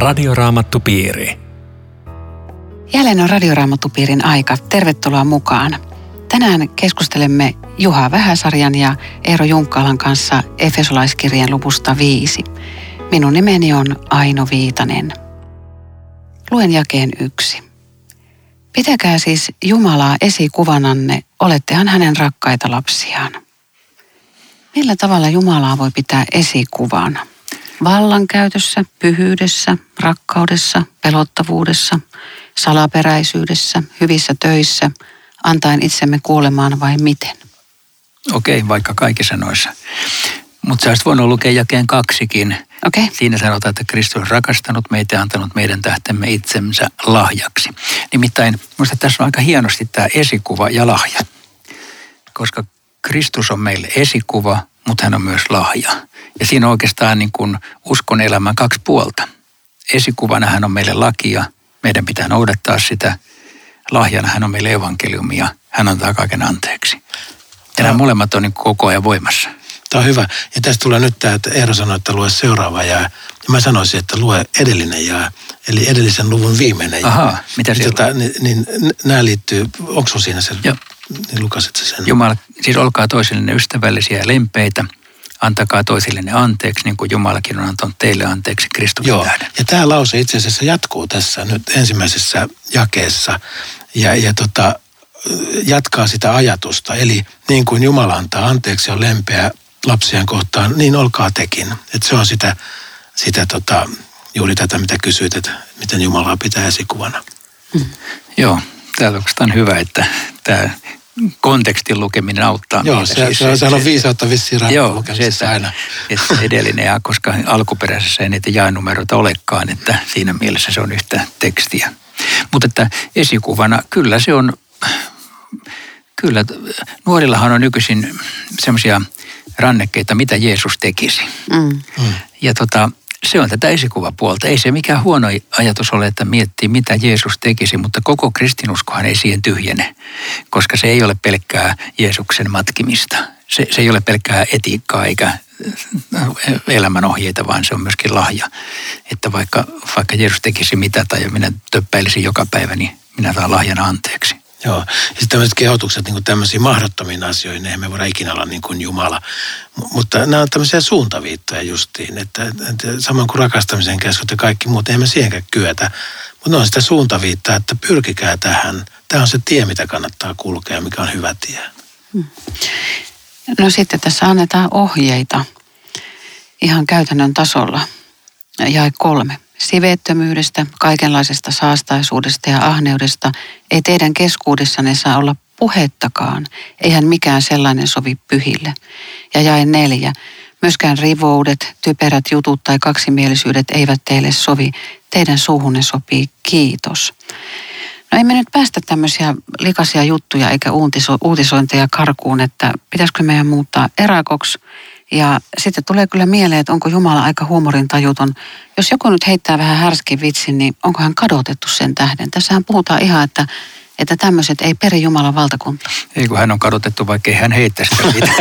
Radioraamattupiiri. Jälleen on Radioraamattupiirin aika. Tervetuloa mukaan. Tänään keskustelemme Juha Vähäsarjan ja Eero Junkkalan kanssa Efesolaiskirjeen luvusta 5. Minun nimeni on Aino Viitanen. Luen jakeen 1. Pitäkää siis Jumalaa esikuvananne, olettehan hänen rakkaita lapsiaan. Millä tavalla Jumalaa voi pitää esikuvana? Vallankäytössä, pyhyydessä, rakkaudessa, pelottavuudessa, salaperäisyydessä, hyvissä töissä, antaen itsemme kuolemaan vai miten? Okei, vaikka kaikissa noissa. Mutta sä olisit voinut lukea jakeen 2:kin. Okei. Siinä sanotaan, että Kristus on rakastanut meitä ja antanut meidän tähtemme itsensä lahjaksi. Nimittäin minusta tässä on aika hienosti tämä esikuva ja lahja. Koska Kristus on meille esikuva, mutta hän on myös lahja. Ja siinä on oikeastaan niin kuin uskon elämän 2 puolta. Esikuvana hän on meille lakia, meidän pitää noudattaa sitä. Lahjana hän on meille evankeliumia, hän antaa kaiken anteeksi. Ja nämä molemmat on niin koko ajan voimassa. Tämä on hyvä. Ja tästä tulee nyt tämä, että Eero sanoi, että lue seuraava jää. Ja mä sanoisin, että lue edellinen jää. Eli edellisen luvun viimeinen jää. Ahaa, mitä siellä niin nämä liittyy, onko sun siinä se? Joo. Niin lukasit sä sen? Jumala, siis olkaa toisillenne ystävällisiä ja lempeitä. Antakaa toisillenne anteeksi, niin kuin Jumalakin on antanut teille anteeksi Kristuksen tähden. Ja tämä lause itse asiassa jatkuu tässä nyt ensimmäisessä jakeessa. Ja jatkaa sitä ajatusta. Eli niin kuin Jumala antaa anteeksi ja on lempeä lapsien kohtaan, niin olkaa tekin. Että se on sitä juuri tätä, mitä kysyit, että miten Jumalaa pitää esikuvana. Joo, tämä on oikeastaan hyvä, että tämä kontekstin lukeminen auttaa. Joo, se on viisautta vissiin lukemisessa aina. Että edellinen ja koska alkuperäisessä ei niitä jaenumeroita olekaan, että siinä mielessä se on yhtä tekstiä. Mutta että esikuvana, kyllä se on, kyllä nuorillahan on nykyisin semmoisia rannekkeita, mitä Jeesus tekisi. Ja se on tätä esikuvapuolta. Ei se mikään huono ajatus ole, että miettii, mitä Jeesus tekisi, mutta koko kristinuskohan ei siihen tyhjene, koska se ei ole pelkkää Jeesuksen matkimista. Se ei ole pelkkää etiikkaa eikä elämänohjeita, vaan se on myöskin lahja. Että vaikka Jeesus tekisi mitä tai minä töppäilisin joka päivä, niin minä saan lahjana anteeksi. Joo, ja sitten tämmöiset kehotukset niin kuin tämmöisiin mahdottomiin asioihin, eihän me voida ikinä olla niin kuin Jumala. Mutta nämä on tämmöisiä suuntaviittoja justiin, että samoin kuin rakastamisen käskyt ja kaikki muut, eihän me siihenkään kyetä. Mutta ne on sitä suuntaviittaa, että pyrkikää tähän. Tämä on se tie, mitä kannattaa kulkea, mikä on hyvä tie. No sitten tässä annetaan ohjeita ihan käytännön tasolla. Jae 3. Siveettömyydestä, kaikenlaisesta saastaisuudesta ja ahneudesta ei teidän keskuudessanne saa olla puhettakaan. Eihän mikään sellainen sovi pyhille. Ja jae 4. Myöskään rivoudet, typerät jutut tai kaksimielisyydet eivät teille sovi. Teidän suuhunne sopii kiitos. No ei me nyt päästä tämmöisiä likaisia juttuja eikä uutisointeja karkuun, että pitäisikö meidän muuttaa erakoksi. Ja sitten tulee kyllä mieleen, että onko Jumala aika huumorintajuton. Jos joku nyt heittää vähän härskin vitsin, niin onko hän kadotettu sen tähden? Tässähän puhutaan ihan, että tämmöiset ei peri Jumalan valtakuntaa. Ei kun hän on kadotettu, vaikka ei hän heittäisi sitä.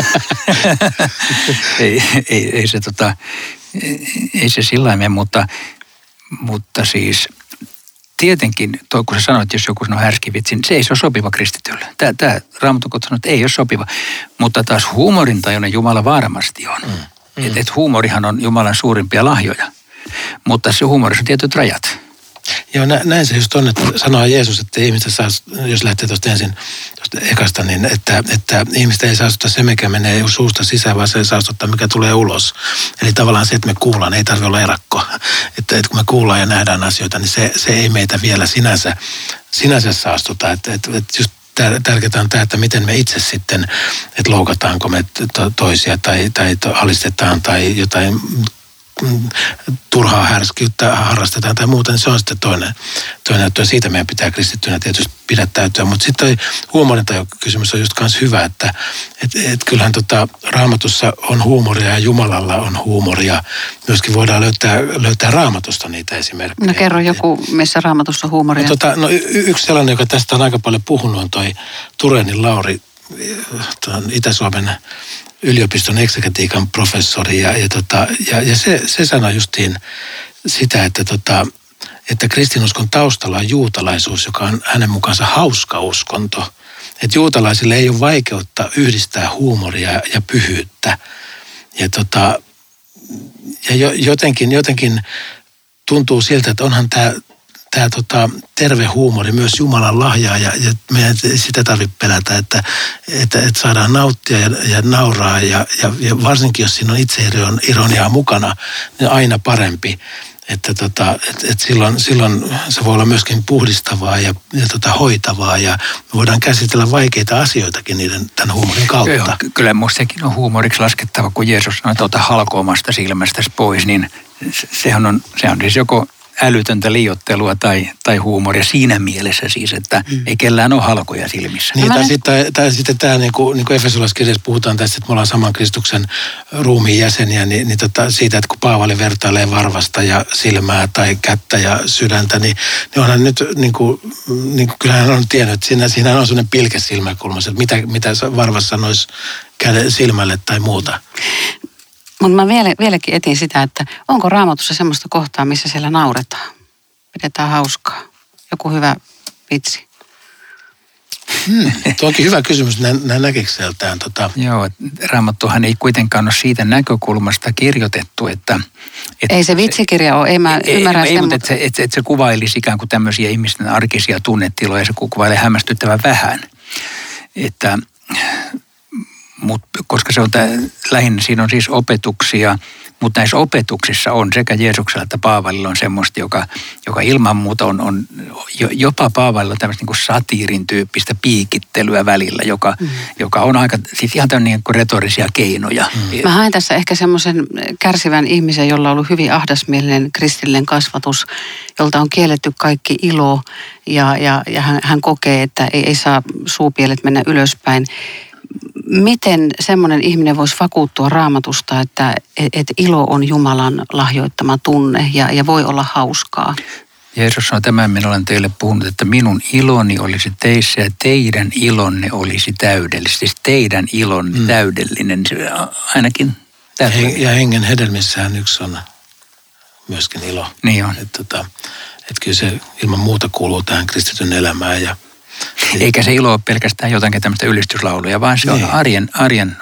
ei se sillä lailla, mutta siis tietenkin, kun sä sanoit, että jos joku sanoo härskivitsin, se ei ole sopiva kristitylle. Tämä Raamatun sanoo, että ei ole sopiva. Mutta taas huumorintajuinen Jumala varmasti on. Että huumorihan on Jumalan suurimpia lahjoja. Mutta se huumorissa on tietyt rajat. Joo, näin se just on, että sanoo Jeesus, että ihmistä saa, jos lähtee tuosta ensin tuosta ekasta, niin että ihmistä ei saastuttaa se, mikä menee suusta sisään, vaan se saastuttaa, mikä tulee ulos. Eli tavallaan se, että me kuullaan, ei tarvitse olla erakko. Että kun me kuullaan ja nähdään asioita, niin se ei meitä vielä sinänsä saastuta. Että just tärkeää on tämä, että miten me itse sitten, että loukataanko me toisia tai alistetaan tai jotain turhaa härskiyttä harrastetaan tai muuta, niin se on sitten toinen juttu. Ja siitä meidän pitää kristittynä tietysti pidättäytyä. Mutta sitten toi huumorintajukysymys on just kans hyvä, että kyllähän Raamatussa on huumoria ja Jumalalla on huumoria. Myöskin voidaan löytää Raamatusta niitä esimerkkejä. No kerro joku, missä Raamatussa on huumoria. Yksi sellainen, joka tästä on aika paljon puhunut, on toi Turenin Lauri, Itä-Suomen yliopiston eksegetiikan professori ja se sanoi justiin sitä, että kristinuskon taustalla on juutalaisuus, joka on hänen mukaansa hauska uskonto. Että juutalaisille ei ole vaikeutta yhdistää huumoria ja pyhyyttä. Ja jotenkin tuntuu siltä, että onhan tämä terve huumori myös Jumalan lahjaa ja meidän ei sitä tarvitse pelätä, että saadaan nauttia ja nauraa ja varsinkin jos siinä on itseironiaa mukana, niin aina parempi. Että silloin se voi olla myöskin puhdistavaa ja hoitavaa ja me voidaan käsitellä vaikeita asioitakin tämän huumorin kautta. Joo, kyllä minusta sekin on huumoriksi laskettava, kun Jeesus sanoi, että ota halko omasta silmästäsi pois, niin sehän on siis joko älytöntä liioittelua tai huumoria siinä mielessä siis, että ei kellään ole halkoja silmissä. Niin, tai sitten tämä, niin kuin Efesolaiskirjassa puhutaan tästä, että me ollaan saman Kristuksen ruumiin jäseniä, niin siitä, että kun Paavali vertailee varvasta ja silmää tai kättä ja sydäntä, niin onhan nyt, niin kuin kyllähän hän on tiennyt, että siinä on sellainen pilke silmäkulmassa, että mitä varvas sanoisi silmälle tai muuta. Mutta mä vieläkin etin sitä, että onko Raamatussa semmoista kohtaa, missä siellä nauretaan, pidetään hauskaa, joku hyvä vitsi. Tuo onkin hyvä kysymys näin näkikseltään. Joo, Raamattuhan ei kuitenkaan ole siitä näkökulmasta kirjoitettu, että ei se vitsikirja ole, ei mä ymmärrä sen. Mutta että se kuvailisi ikään kuin tämmöisiä ihmisten arkisia tunnetiloja, se kuvailee hämmästyttävän vähän. Koska se on lähinnä, siinä on siis opetuksia, mutta näissä opetuksissa on sekä Jeesuksella että Paavalilla on semmoista, joka ilman muuta on jopa Paavalilla tämmöistä niin kuin satiirin tyyppistä piikittelyä välillä, joka on aika, siis ihan tämmöinen niin kuin retorisia keinoja. Mä haen tässä ehkä semmoisen kärsivän ihmisen, jolla on ollut hyvin ahdasmielinen kristillinen kasvatus, jolta on kielletty kaikki ilo ja hän kokee, että ei saa suupielet mennä ylöspäin. Miten semmoinen ihminen voisi vakuuttua Raamatusta, että ilo on Jumalan lahjoittama tunne ja voi olla hauskaa? Jeesus sanoi, tämän minä olen teille puhunut, että minun iloni olisi teissä ja teidän ilonne olisi täydellinen. Siis teidän ilonne täydellinen, ainakin täydellinen. Ja hengen hedelmissähän yksi on myöskin ilo. Niin on. Että kyllä se ilman muuta kuuluu tähän kristityn elämään ja eikä se ilo ole pelkästään jotakin tämmöistä ylistyslauluja, vaan se on arjen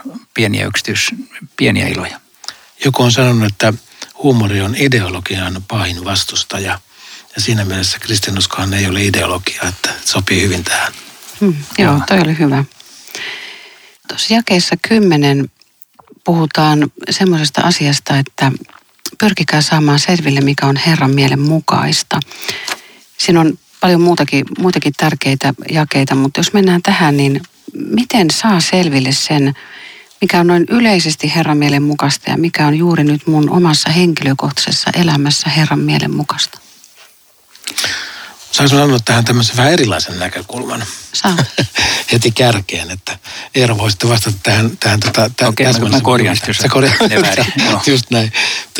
pieniä iloja. Joku on sanonut, että huumori on ideologian pahin vastustaja. Ja siinä mielessä kristinuskohan ei ole ideologia, että sopii hyvin tähän. Joo, toi oli hyvä. Tuossa jakeessa 10 puhutaan semmoisesta asiasta, että pyrkikää saamaan selville, mikä on Herran mielen mukaista. Siinä on paljon muitakin tärkeitä jakeita, mutta jos mennään tähän, niin miten saa selville sen, mikä on noin yleisesti Herran mielen mukaista ja mikä on juuri nyt mun omassa henkilökohtaisessa elämässä Herran mielen mukaista? Saanko sanoa tähän tämmöisen vähän erilaisen näkökulman? Saa. Heti kärkeen, että Eero voi sitten vastata tähän okei, mä korjaan sitä. Sä korjaan. Just näin.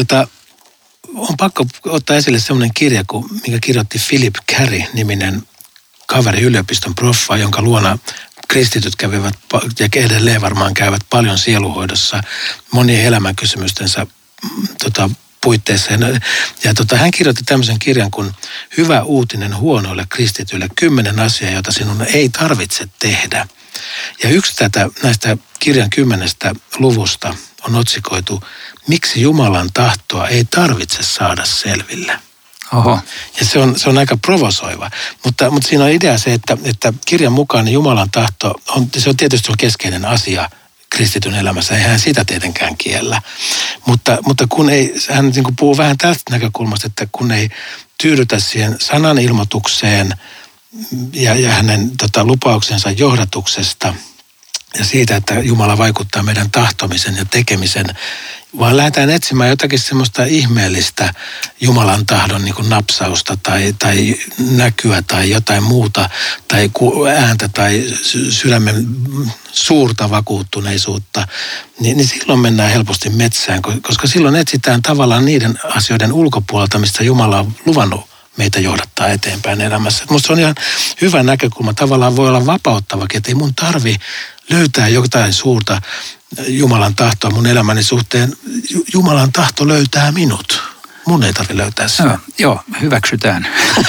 On pakko ottaa esille semmoinen kirja, mikä kirjoitti Philip Carey-niminen kaveri, yliopiston proffa, jonka luona kristityt kävivät ja edelleen varmaan käyvät paljon sieluhoidossa monien elämänkysymystensä puitteissa. Ja hän kirjoitti tämmöisen kirjan kuin Hyvä uutinen huonoille kristityille, 10 asiaa, joita sinun ei tarvitse tehdä. Ja yksi näistä kirjan 10 luvusta on otsikoitu Miksi Jumalan tahtoa ei tarvitse saada selville. Oho. Ja se on aika provosoiva, mutta siinä on idea se, että kirjan mukaan Jumalan tahto se on tietysti keskeinen asia kristityn elämässä, eihän hän sitä tietenkään kiellä. Mutta kun hän niin kuin puhuu vähän tästä näkökulmasta, että kun ei tyydytä siihen sanan ilmoitukseen ja hänen lupauksensa johdatuksesta ja siitä, että Jumala vaikuttaa meidän tahtomisen ja tekemisen, vaan lähdetään etsimään jotakin semmoista ihmeellistä Jumalan tahdon niin kuin napsausta tai näkyä tai jotain muuta tai ääntä tai sydämen suurta vakuuttuneisuutta, niin silloin mennään helposti metsään, koska silloin etsitään tavallaan niiden asioiden ulkopuolelta, mistä Jumala on luvannut meitä johdattaa eteenpäin elämässä. Musta se on ihan hyvä näkökulma. Tavallaan voi olla vapauttavakin, että ei mun tarvi löytää jotain suurta Jumalan tahtoa mun elämäni suhteen. Jumalan tahto löytää minut. Mun ei tarvitse löytää sitä. Joo, hyväksytään.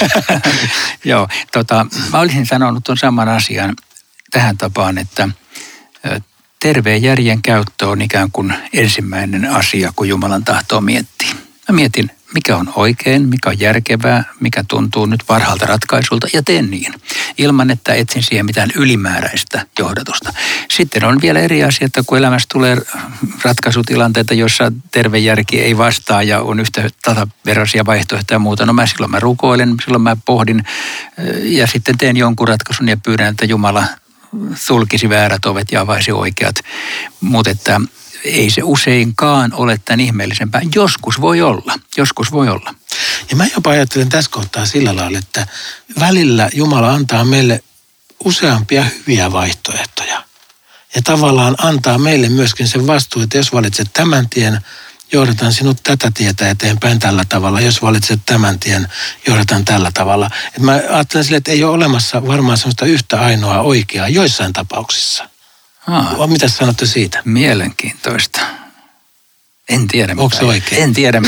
Joo, mä olisin sanonut tuon saman asian tähän tapaan, että terveen järjen käyttö on ikään kuin ensimmäinen asia, kun Jumalan tahtoo miettiä. Mä mietin, mikä on oikein, mikä on järkevää, mikä tuntuu nyt parhaalta ratkaisulta ja teen niin, ilman että etsin siihen mitään ylimääräistä johdatusta. Sitten on vielä eri asia, että kun elämässä tulee ratkaisutilanteita, joissa terve järki ei vastaa ja on yhtä tasaveroisia vaihtoehtoja ja muuta. No silloin mä rukoilen, silloin mä pohdin ja sitten teen jonkun ratkaisun ja pyydän, että Jumala sulkisi väärät ovet ja avaisi oikeat. Mutta että ei se useinkaan ole tämän ihmeellisempää. Joskus voi olla. Ja mä jopa ajattelen tässä kohtaa sillä lailla, että välillä Jumala antaa meille useampia hyviä vaihtoehtoja. Ja tavallaan antaa meille myöskin sen vastuun, että jos valitset tämän tien, johdataan sinut tätä tietä eteenpäin tällä tavalla. Jos valitset tämän tien, johdataan tällä tavalla. Et mä ajattelen sille, että ei ole olemassa varmaan sellaista yhtä ainoa oikeaa joissain tapauksissa. Mitä sanotte siitä? Mielenkiintoista. En tiedä. Onko se oikein? En tiedä.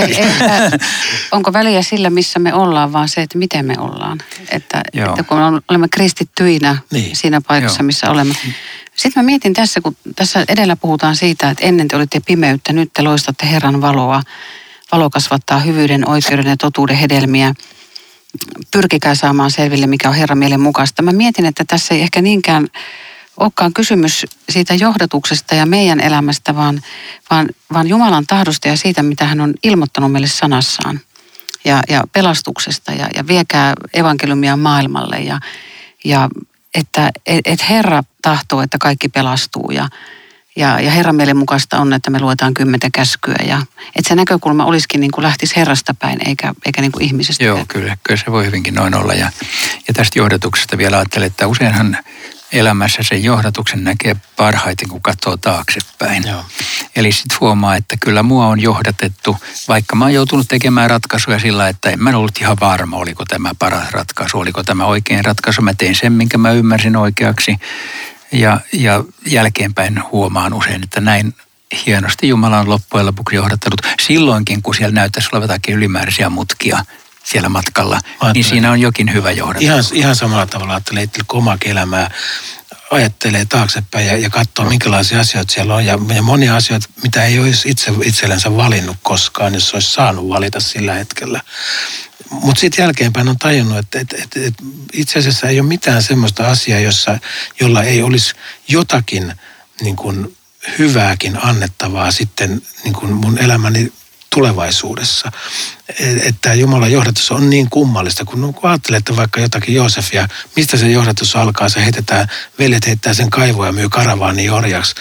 Onko väliä sillä, missä me ollaan, vaan se, että miten me ollaan. Että kun olemme kristittyinä siinä paikassa, missä olemme. Sitten mä mietin tässä, kun tässä edellä puhutaan siitä, että ennen te olitte pimeyttä, nyt te loistatte Herran valoa. Valo kasvattaa hyvyyden, oikeuden ja totuuden hedelmiä. Pyrkikää saamaan selville, mikä on Herran mielen mukaista. Mä mietin, että tässä ei ehkä niinkään olekaan kysymys siitä johdatuksesta ja meidän elämästä, vaan Jumalan tahdosta ja siitä, mitä hän on ilmoittanut meille sanassaan. Ja pelastuksesta ja viekää evankeliumia maailmalle ja että Herra tahtoo, että kaikki pelastuu ja Herran mielen mukaista on, että me luetaan 10 käskyä ja että se näkökulma olisikin niin kuin lähtisi Herrasta päin eikä niin kuin ihmisestä. Joo, kyllä se voi hyvinkin noin olla ja tästä johdatuksesta vielä ajattelen, että useinhan elämässä sen johdatuksen näkee parhaiten, kun katsoo taaksepäin. Joo. Eli sitten huomaa, että kyllä mua on johdatettu, vaikka mä oon joutunut tekemään ratkaisuja sillä, että en mä ollut ihan varma, oliko tämä paras ratkaisu, oliko tämä oikein ratkaisu. Mä tein sen, minkä mä ymmärsin oikeaksi. Ja jälkeenpäin huomaan usein, että näin hienosti Jumala on loppujen lopuksi johdattanut. Silloinkin, kun siellä näyttäisi olevan jotakin ylimääräisiä mutkia siellä matkalla, niin siinä on jokin hyvä johdatus. Ihan samalla tavalla ajattelee omaa elämää, ajattelee taaksepäin ja katsoo, minkälaisia asioita siellä on. Ja monia asioita, mitä ei olisi itsellensä valinnut koskaan, jos olisi saanut valita sillä hetkellä. Mutta sitten jälkeenpäin on tajunnut, että itse asiassa ei ole mitään semmoista asiaa, jolla ei olisi jotakin niin kuin hyvääkin annettavaa sitten niin kuin mun elämäni tulevaisuudessa. Että Jumalan johdatus on niin kummallista, kun ajattelette vaikka jotakin Joosefia, mistä se johdatus alkaa, veljet heittää sen kaivoa ja myy karavaanin orjaksi.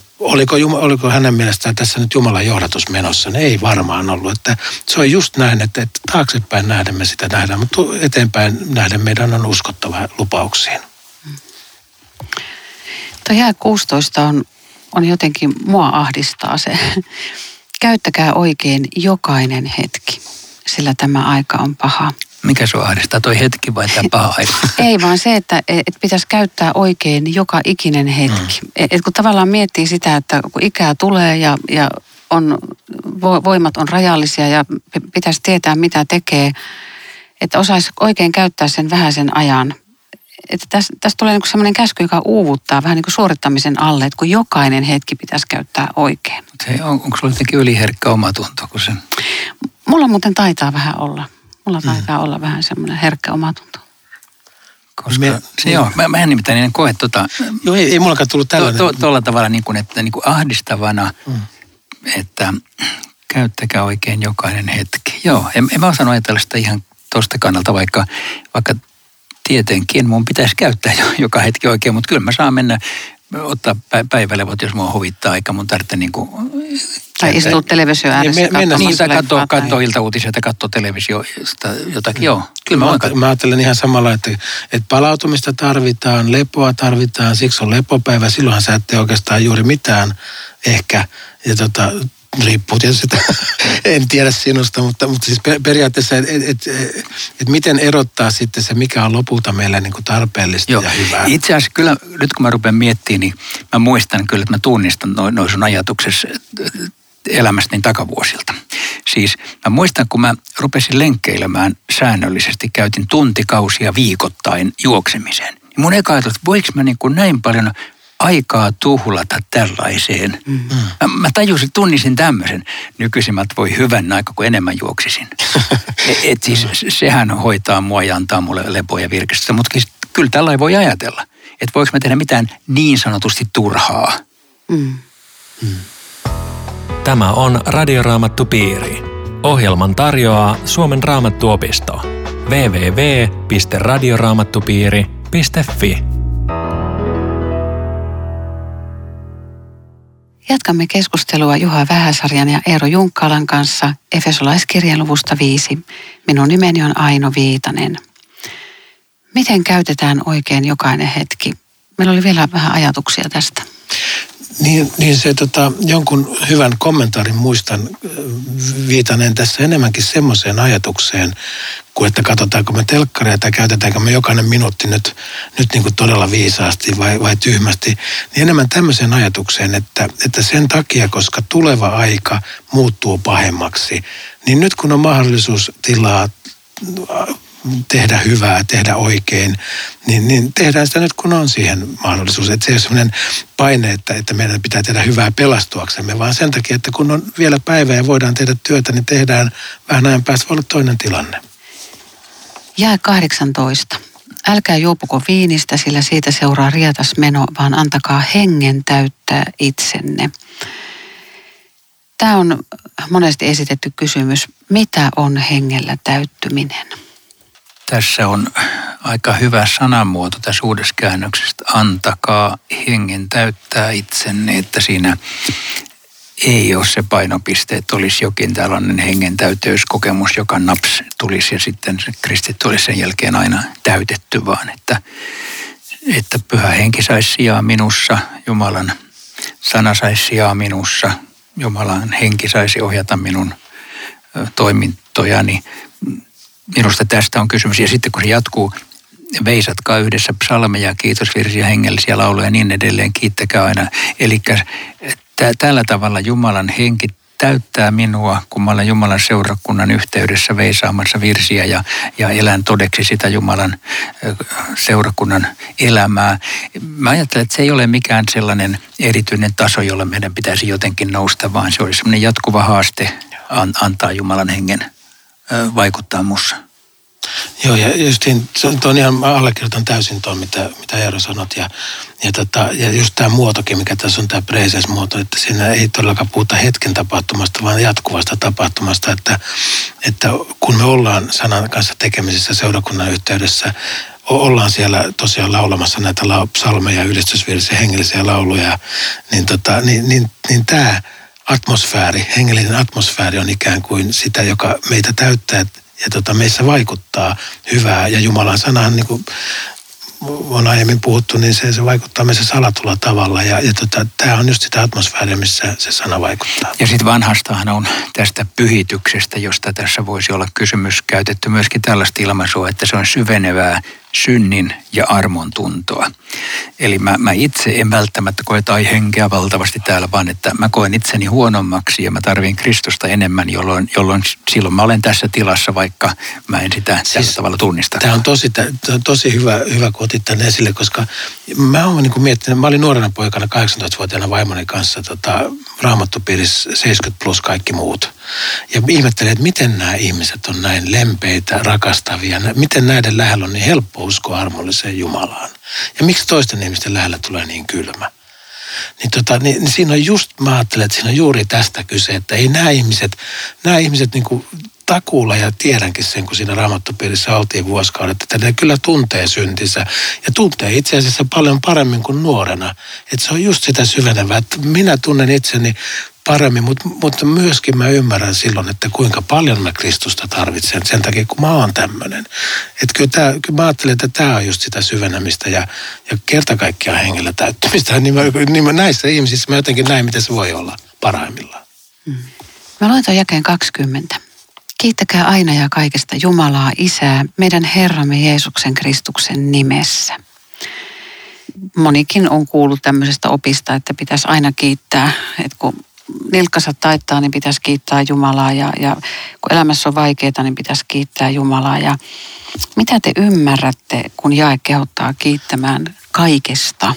Oliko hänen mielestään tässä nyt Jumalan johdatus menossa? Ne ei varmaan ollut. Että se on just näin, että taaksepäin nähden me sitä nähdään, mutta eteenpäin nähden meidän on uskottava lupauksiin. Tuo jae 16 on jotenkin, mua ahdistaa se. Käyttäkää oikein jokainen hetki, sillä tämä aika on paha. Mikä sua ahdistaa, toi hetki vai tämä paha aika? Ei vaan se, että pitäisi käyttää oikein joka ikinen hetki. Et kun tavallaan miettii sitä, että kun ikää tulee ja voimat on rajallisia ja pitäisi tietää mitä tekee, että osaisi oikein käyttää sen vähäisen ajan. Että tässä tulee niin semmoinen käsky, joka uuvuttaa vähän niin kuin suorittamisen alle, että kun jokainen hetki pitäisi käyttää oikein. Onko sulla jotenkin yliherkkä omatunto? Mulla muuten taitaa vähän olla. Mulla taitaa olla vähän semmoinen herkkä omatunto. Koska mä en nimittäin koe Joo, ei mullakaan tullut tällainen. Tuolla tavalla että ahdistavana, että käyttäkää oikein jokainen hetki. Joo, en mä osannut ajatella sitä ihan tuosta kannalta, vaikka tietenkin mun pitäisi käyttää joka hetki oikein, mutta kyllä mä saan mennä ottaa päivälevot, jos mua huvittaa, eikä mun tarvitse tai istua televisio ääressä. Tai katsoo iltauutisia tai katsoo televisiosta jotakin. Joo, kyllä mä ajattelen ihan samalla, että palautumista tarvitaan, lepoa tarvitaan, siksi on lepopäivä. Silloinhan sä ette oikeastaan juuri mitään ehkä. Ja riippuu tietysti, en tiedä sinusta, mutta siis periaatteessa, että miten erottaa sitten se, mikä on lopulta meille niin kuin tarpeellista ja hyvää. Itse asiassa kyllä, nyt kun mä rupean miettimään, niin mä muistan kyllä, että mä tunnistan noin sun ajatuksessa elämästäni takavuosilta. Siis mä muistan, kun mä rupesin lenkkeilemään säännöllisesti, käytin tuntikausia viikoittain juoksemiseen. Mun eka ajatus, että voiko mä niin kuin näin paljon aikaa tuhlata tällaiseen. Mä tunnisin tämmöisen. Nykyisimmät voi hyvän aika, kun enemmän juoksisin. Et siis sehän hoitaa mua ja antaa mulle lepoa ja virkistystä. Mutta kyllä tällainen voi ajatella. Että voiko mä tehdä mitään niin sanotusti turhaa. Tämä on Radioraamattupiiri. Ohjelman tarjoaa Suomen Raamattuopisto. www.radioraamattupiiri.fi. Jatkamme keskustelua Juha Vähäsarjan ja Eero Junkkalan kanssa Efesolaiskirjan luvusta 5. Minun nimeni on Aino Viitanen. Miten käytetään oikein jokainen hetki? Meillä oli vielä vähän ajatuksia tästä. Niin se jonkun hyvän kommentaarin muistan viitaneen tässä enemmänkin semmoiseen ajatukseen, kuin että katsotaanko me telkkaria tai käytetäänkö me jokainen minuutti nyt niin kuin todella viisaasti vai tyhmästi. Niin enemmän tämmöiseen ajatukseen, että sen takia, koska tuleva aika muuttuu pahemmaksi, niin nyt kun on mahdollisuus tilaa tehdä hyvää, tehdä oikein, niin tehdään sitä nyt, kun on siihen mahdollisuus. Että se ei ole sellainen paine, että meidän pitää tehdä hyvää pelastuaksemme, vaan sen takia, että kun on vielä päivä ja voidaan tehdä työtä, niin tehdään vähän ajan päästä, voi olla toinen tilanne. Jae 18. Älkää juopuko viinistä, sillä siitä seuraa rietas meno, vaan antakaa hengen täyttää itsenne. Tämä on monesti esitetty kysymys, mitä on hengellä täyttyminen? Tässä on aika hyvä sanamuoto tässä uudessa käännöksessä. Antakaa hengen täyttää itsenne, että siinä ei ole se painopiste, että olisi jokin tällainen hengen täyteyskokemus, joka naps tulisi ja sitten se kristitty olisi sen jälkeen aina täytetty, vaan että pyhä henki saisi sijaa minussa, Jumalan sana saisi sijaa minussa, Jumalan henki saisi ohjata minun toimintojani. Minusta tästä on kysymys. Ja sitten kun se jatkuu, veisatkaa yhdessä psalmeja, kiitosvirsiä, hengellisiä lauluja ja niin edelleen, kiittäkää aina. Eli tällä tavalla Jumalan henki täyttää minua, kun mä olen Jumalan seurakunnan yhteydessä veisaamassa virsiä ja elän todeksi sitä Jumalan seurakunnan elämää. Mä ajattelen, että se ei ole mikään sellainen erityinen taso, jolla meidän pitäisi jotenkin nousta, vaan se olisi sellainen jatkuva haaste antaa Jumalan hengen vaikuttaa mussa. Joo, ja justiin, tuon ihan allekirjoitan täysin tuon, mitä Eero sanot, ja just tämä muotokin, mikä tässä on tämä presens-muoto, että siinä ei todellakaan puhuta hetken tapahtumasta, vaan jatkuvasta tapahtumasta, että kun me ollaan sanan kanssa tekemisissä seurakunnan yhteydessä, ollaan siellä tosiaan laulamassa näitä psalmeja, ylistysvirsiä, hengellisiä lauluja, niin tämä atmosfääri, hengellinen atmosfääri on ikään kuin sitä, joka meitä täyttää ja meissä vaikuttaa hyvää. Ja Jumalan sanahan, niin kuin on aiemmin puhuttu, niin se vaikuttaa meissä salatulla tavalla. Ja tämä on just sitä atmosfääriä, missä se sana vaikuttaa. Ja sitten vanhastahan on tästä pyhityksestä, josta tässä voisi olla kysymys, käytetty myöskin tällaista ilmaisua, että se on syvenevää synnin ja armon tuntoa. Eli mä itse en välttämättä koe tai henkeä valtavasti täällä, vaan että mä koen itseni huonommaksi ja mä tarvin Kristusta enemmän, jolloin silloin mä olen tässä tilassa, vaikka mä en sitä tällä tavalla tunnista. Tämä on tosi hyvä, kun otit tämän esille, koska mä oon niin kuin miettinyt, mä olin nuorena poikana 18-vuotiaana vaimoni kanssa raamattupiirissä 70 plus kaikki muut. Ja ihmettelin, että miten nämä ihmiset on näin lempeitä, rakastavia, miten näiden lähellä on niin helppo uskoa armolliseen Jumalaan. Ja miksi toisten ihmisten lähellä tulee niin kylmä? Niin siinä on just, mä ajattelen, että siinä on juuri tästä kyse, että ei nämä ihmiset niin kuin takuulla, ja tiedänkin sen, kun siinä raamattupiirissä oltiin vuosikaudet, että ne kyllä tuntee syntinsä ja tuntee itse asiassa paljon paremmin kuin nuorena. Että se on just sitä syvenevää, että minä tunnen itseni paremmin, mutta myöskin mä ymmärrän silloin, että kuinka paljon mä Kristusta tarvitsen sen takia, kun mä oon tämmöinen. Että kyllä mä ajattelen, että tämä on just sitä syvenemistä ja kerta kaikkiaan hengellä täyttymistä. Niin näissä ihmisissä mä jotenkin näin, miten se voi olla parhaimmillaan. Mä luen tuon jakeen 20. Kiittäkää aina ja kaikesta Jumalaa Isää, meidän Herramme Jeesuksen Kristuksen nimessä. Monikin on kuullut tämmöisestä opista, että pitäisi aina kiittää, että kun nilkkansa taittaa, niin pitäisi kiittää Jumalaa ja kun elämässä on vaikeaa, niin pitäisi kiittää Jumalaa. Ja mitä te ymmärrätte, kun jae kehottaa kiittämään kaikesta?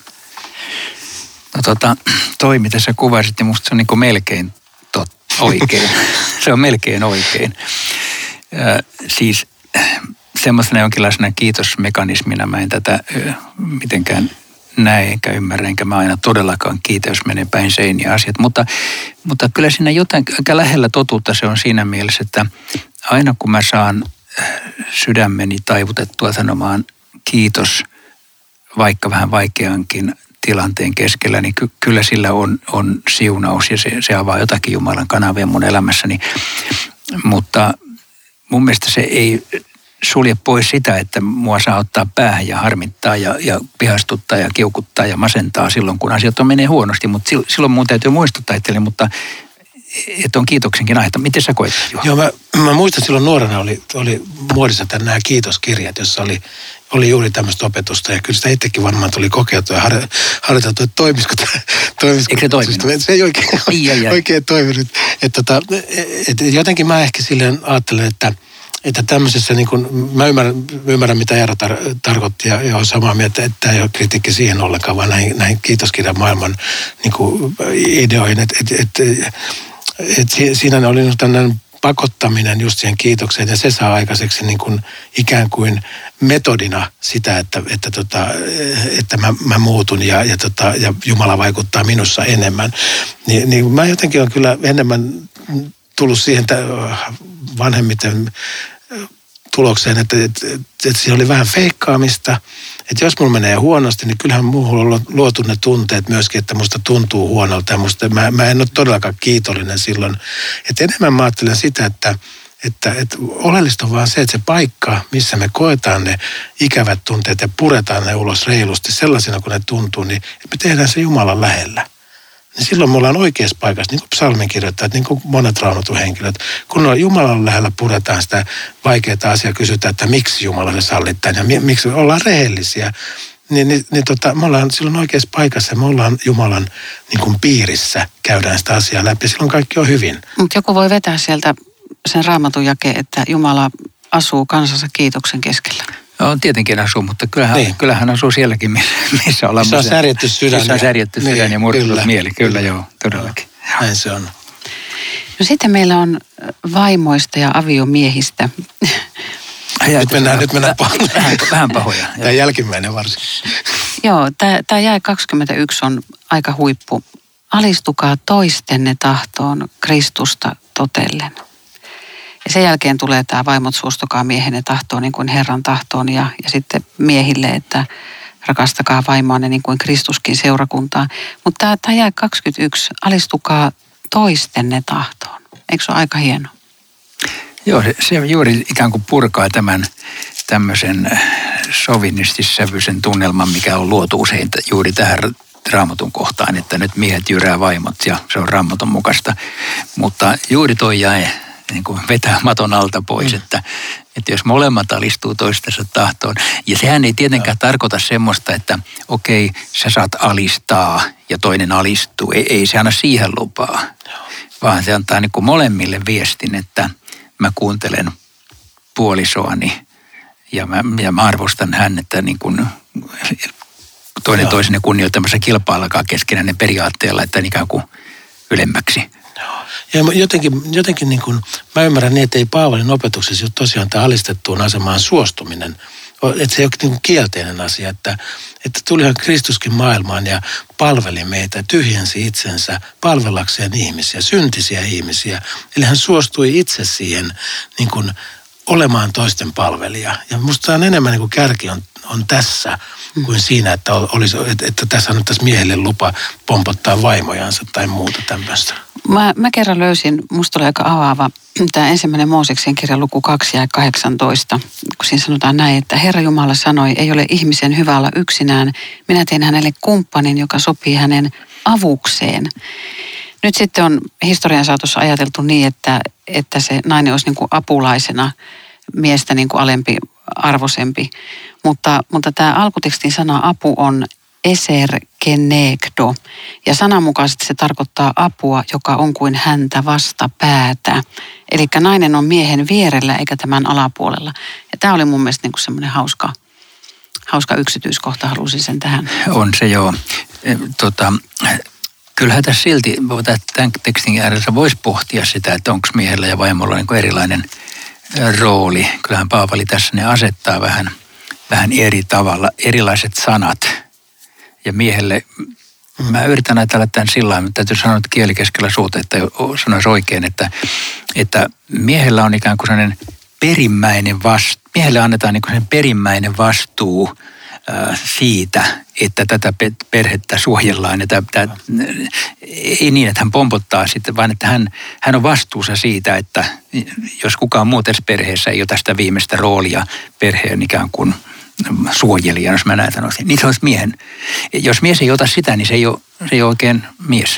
No toi mitä sä kuvasit, niin musta se on niin kuin melkein oikein. Se on melkein oikein. Siis semmoisena jonkinlaisena kiitosmekanismina mä en tätä mitenkään näe enkä ymmärrä, enkä mä aina todellakaan kiitä, jos menee päin seiniä asiat. Mutta kyllä siinä jotain aika lähellä totuutta se on siinä mielessä, että aina kun mä saan sydämeni taivutettua sanomaan kiitos, vaikka vähän vaikeankin tilanteen keskellä, niin kyllä sillä on siunaus ja se avaa jotakin Jumalan kanavia mun elämässäni. Mutta mun mielestä se ei sulje pois sitä, että mua saa ottaa päähän ja harmittaa ja pihastuttaa ja kiukuttaa ja masentaa silloin, kun asiat menee huonosti. Mutta silloin mun täytyy muistuttaa itselleni, mutta että on kiitoksenkin aihetta. Miten sä koet, Juha? Joo, mä muistan silloin nuorena oli muodissa nämä kiitoskirjat, jossa oli juuri tämmöistä opetusta. Ja kyllä sitä itsekin varmaan tuli kokeiltua ja harjoiteltua, että toimisiko. Eikö se toiminut? Se ei oikein toiminut. Että jotenkin mä ehkä silleen ajattelen, että tämmöisessä, niin kuin, mä ymmärrän mitä Eero tarkoitti ja olen samaa mieltä, että ei ole kritiikki siihen ollenkaan, vaan näihin kiitoskirjan maailman niin kuin ideoihin. Siinä oli tämmöinen pakottaminen just siihen kiitokseen ja se saa aikaiseksi niin kuin ikään kuin metodina sitä, että mä muutun ja Jumala vaikuttaa minussa enemmän. Niin mä jotenkin olen kyllä enemmän tullut siihen vanhemmiten tulokseen, että siinä oli vähän feikkaamista. Että jos mulla menee huonosti, niin kyllähän muuhun on luotu ne tunteet myöskin, että musta tuntuu huonolta. Ja mä en ole todellakaan kiitollinen silloin. Että enemmän mä ajattelen sitä, että oleellista on vaan se, että se paikka, missä me koetaan ne ikävät tunteet ja puretaan ne ulos reilusti sellaisena kuin ne tuntuu, niin me tehdään se Jumalan lähellä. Niin silloin me ollaan oikeassa paikassa, niin kuin psalminkirjoittajat, niin kuin monet raamatun henkilöt. Kun on Jumalan lähellä puretaan sitä vaikeaa asiaa, kysytään, että miksi Jumala se sallittaa ja miksi ollaan rehellisiä, niin me ollaan silloin oikeassa paikassa, me ollaan Jumalan niin kuin piirissä, käydään sitä asiaa läpi, silloin kaikki on hyvin. Mutta joku voi vetää sieltä sen raamatun jakeen, että Jumala asuu kansansa kiitoksen keskellä. No, tietenkin asuu, mutta kyllähän asuu sielläkin, missä ollaan. Missä on särjetty sydän. Missä on särjetty sydän ja murtunut mieli. Kyllä, joo, todellakin. Näin se on. No sitten meillä on vaimoista ja aviomiehistä. Nyt mennään pahoja. Vähän pahoja. Tämä jälkimmäinen varsin. Joo, tämä jae 21 on aika huippu. Alistukaa toistenne tahtoon Kristusta totellen. Ja sen jälkeen tulee tämä vaimot suostukaa miehenne tahtoon niin kuin Herran tahtoon ja sitten miehille, että rakastakaa vaimoanne niin kuin Kristuskin seurakuntaa. Mutta tämä jae 21, alistukaa toistenne tahtoon. Eikö se ole aika hieno? Joo, se juuri ikään kuin purkaa tämän tämmöisen sovinistissävyisen tunnelman, mikä on luotu usein juuri tähän Raamatun kohtaan, että nyt miehet jyrää vaimot ja se on Raamatun mukaista. Mutta juuri toi jae niin kuin vetää maton alta pois, että jos molemmat alistuu toistensa tahtoon. Ja sehän ei tietenkään tarkoita semmoista, että okei, sä saat alistaa ja toinen alistuu. Ei se anna siihen lupaa, vaan se antaa niin kuin molemmille viestin, että mä kuuntelen puolisoani ja mä arvostan hännettä niin kuin toinen toisenne kunnioittamassa kilpaillakaan keskenään periaatteella, että ikään kuin ylemmäksi. Ja jotenkin niin kuin, mä ymmärrän niin, että ei Paavalin opetuksessa tosiaan tämä alistettuun asemaan suostuminen, että se ei ole niin kuin kielteinen asia, että tulihan Kristuskin maailmaan ja palveli meitä, tyhjensi itsensä palvellakseen ihmisiä, syntisiä ihmisia. Eli hän suostui itse siihen niin kuin olemaan toisten palvelija. Ja musta on enemmän niin kuin kärki on tässä kuin siinä, että tässä annettaisiin miehelle lupa pompottaa vaimojansa tai muuta tämmöistä. Mä kerran löysin, musta oli aika avaava, tämä 1. Mooseksen kirja luku 2 ja 18, kun siinä sanotaan näin, että Herra Jumala sanoi, ei ole ihmisen hyvä olla yksinään, minä teen hänelle kumppanin, joka sopii hänen avukseen. Nyt sitten on historian saatossa ajateltu niin, että se nainen olisi niin kuin apulaisena miestä niin kuin alempi arvoisempi, mutta tämä alkutekstin sana apu on eser kenegdo. Ja sananmukaisesti se tarkoittaa apua, joka on kuin häntä vastapäätä. Eli nainen on miehen vierellä eikä tämän alapuolella. Ja tämä oli mun mielestä niin semmoinen hauska yksityiskohta, halusin sen tähän. On se joo. Kyllähän tässä silti tämän tekstin ääressä voisi pohtia sitä, että onko miehellä ja vaimolla niin kuin erilainen rooli. Kyllähän Paavali tässä ne asettaa vähän eri tavalla, erilaiset sanat. Ja miehelle, mä yritän ajatella tämän sillä lailla, mutta täytyy sanoa, että kieli keskellä suuta, että sanoisi oikein, että miehellä on ikään kuin sellainen perimmäinen vastuu. Miehelle annetaan niin kuin sellainen perimmäinen vastuu siitä, että tätä perhettä suojellaan. Ei niin, että hän pompottaa sitten, vaan että hän on vastuussa siitä, että jos kukaan muu tässä perheessä ei ole tästä viimeistä roolia perheen ikään kuin suojelija, jos mä näen sanoisin, niin se olisi miehen. Jos mies ei ota sitä, niin se ei ole oikein mies.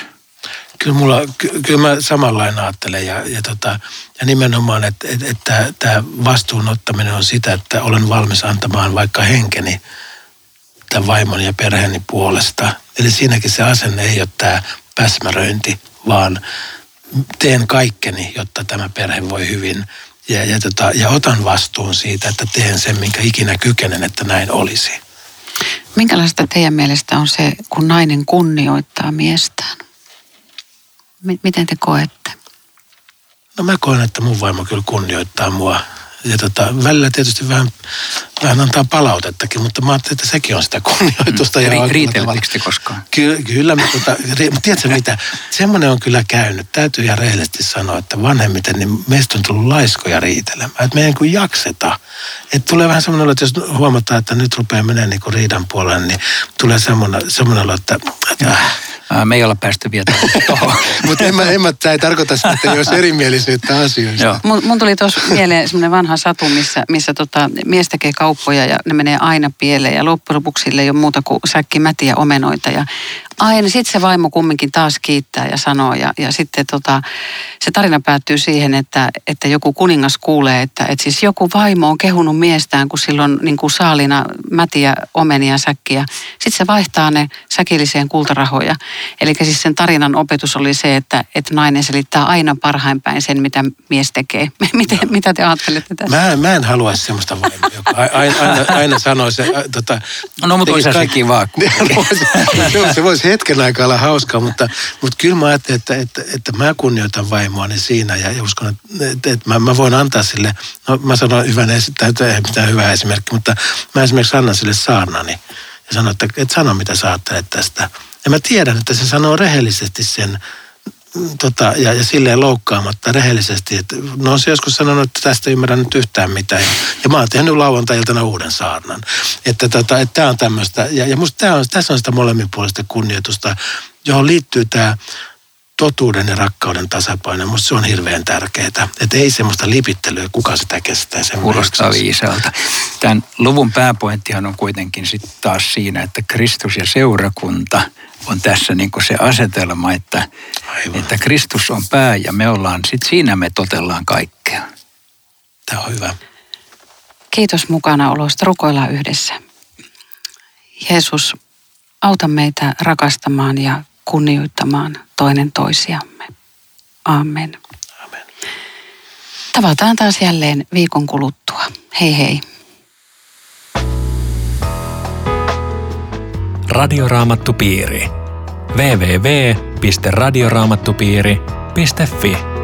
Kyllä mä samanlainen ajattelen ja nimenomaan, että tämä vastuun ottaminen on sitä, että olen valmis antamaan vaikka henkeni tämän vaimon ja perheeni puolesta. Eli siinäkin se asenne ei ole tämä päsmäröinti, vaan teen kaikkeni, jotta tämä perhe voi hyvin. Ja otan vastuun siitä, että teen sen, minkä ikinä kykenen, että näin olisi. Minkälaista teidän mielestä on se, kun nainen kunnioittaa miestään? Miten te koette? No mä koen, että mun vaimo kyllä kunnioittaa mua. Ja välillä tietysti vähän antaa palautettakin, mutta mä ajattelin, että sekin on sitä kunnioitusta. Riitelettekö te koskaan? Kyllä, tiedätkö mitä? Semmoinen on kyllä käynyt. Täytyy ihan rehellisesti sanoa, että vanhemmiten niin meistä on tullut laiskoja riitelemään. Että me ei niin kuin jakseta. Että tulee vähän semmoinen, että jos huomataan, että nyt rupeaa menemään niin kuin riidan puolelle, niin tulee semmoinen, että me ei olla päästy vielä tuohon. Mutta tämä ei tarkoita sitä, että ei olisi erimielisyyttä asioista. Mun tuli tuossa mieleen semmoinen vanha satu, missä mies tekee kauppoja ja ne menee aina pieleen ja loppujen lopuksi sille ei ole muuta kuin säkki mätiä omenoita ja aina sitten se vaimo kumminkin taas kiittää ja sanoo ja sitten se tarina päättyy siihen, että joku kuningas kuulee, että siis joku vaimo on kehunut miestään, kun silloin niin kuin saalina mätiä omenia säkkiä. Sitten se vaihtaa ne säkilliseen kultarahoja. Eli siis sen tarinan opetus oli se, että nainen selittää aina parhain päin sen, mitä mies tekee. Mitä te ajattelette tästä? Mä en halua semmoista vaimoa, joka aina sanoo se. No mutta olisi se kivaa. Se voisi hetken aikaa olla hauskaa, mutta kyllä mä ajattelin, että mä kunnioitan vaimoani siinä ja uskon, että mä voin antaa sille, no mä sanon ei mitään hyvää esimerkkiä, mutta mä esimerkiksi annan sille saarnani ja sanon, että sano mitä sä ajattelet tästä. Ja mä tiedän, että se sanoo rehellisesti sen ja silleen loukkaamatta rehellisesti. Että, no on se joskus sanonut, että tästä ymmärrän nyt yhtään mitään. Ja mä oon tehnyt lauantai-iltana uuden saarnan. Että tää on tämmöistä. Ja musta tässä on sitä molemminpuolista kunnioitusta, johon liittyy tämä totuuden ja rakkauden tasapaino. Musta se on hirveän tärkeää. Että ei semmoista lipittelyä, kuka sitä kestää. Kuulostaa viisaalta. Tämän luvun pääpointtihan on kuitenkin sitten taas siinä, että Kristus ja seurakunta on tässä niin kuin se asetelma, että Kristus on pää ja me ollaan, sitten siinä me totellaan kaikkea. Tämä on hyvä. Kiitos mukanaolosta. Rukoillaan yhdessä. Jeesus, auta meitä rakastamaan ja kunnioittamaan toinen toisiamme. Amen. Amen. Tavataan taas jälleen viikon kuluttua. Hei hei. Radioraamattupiiri. www.radioraamattupiiri.fi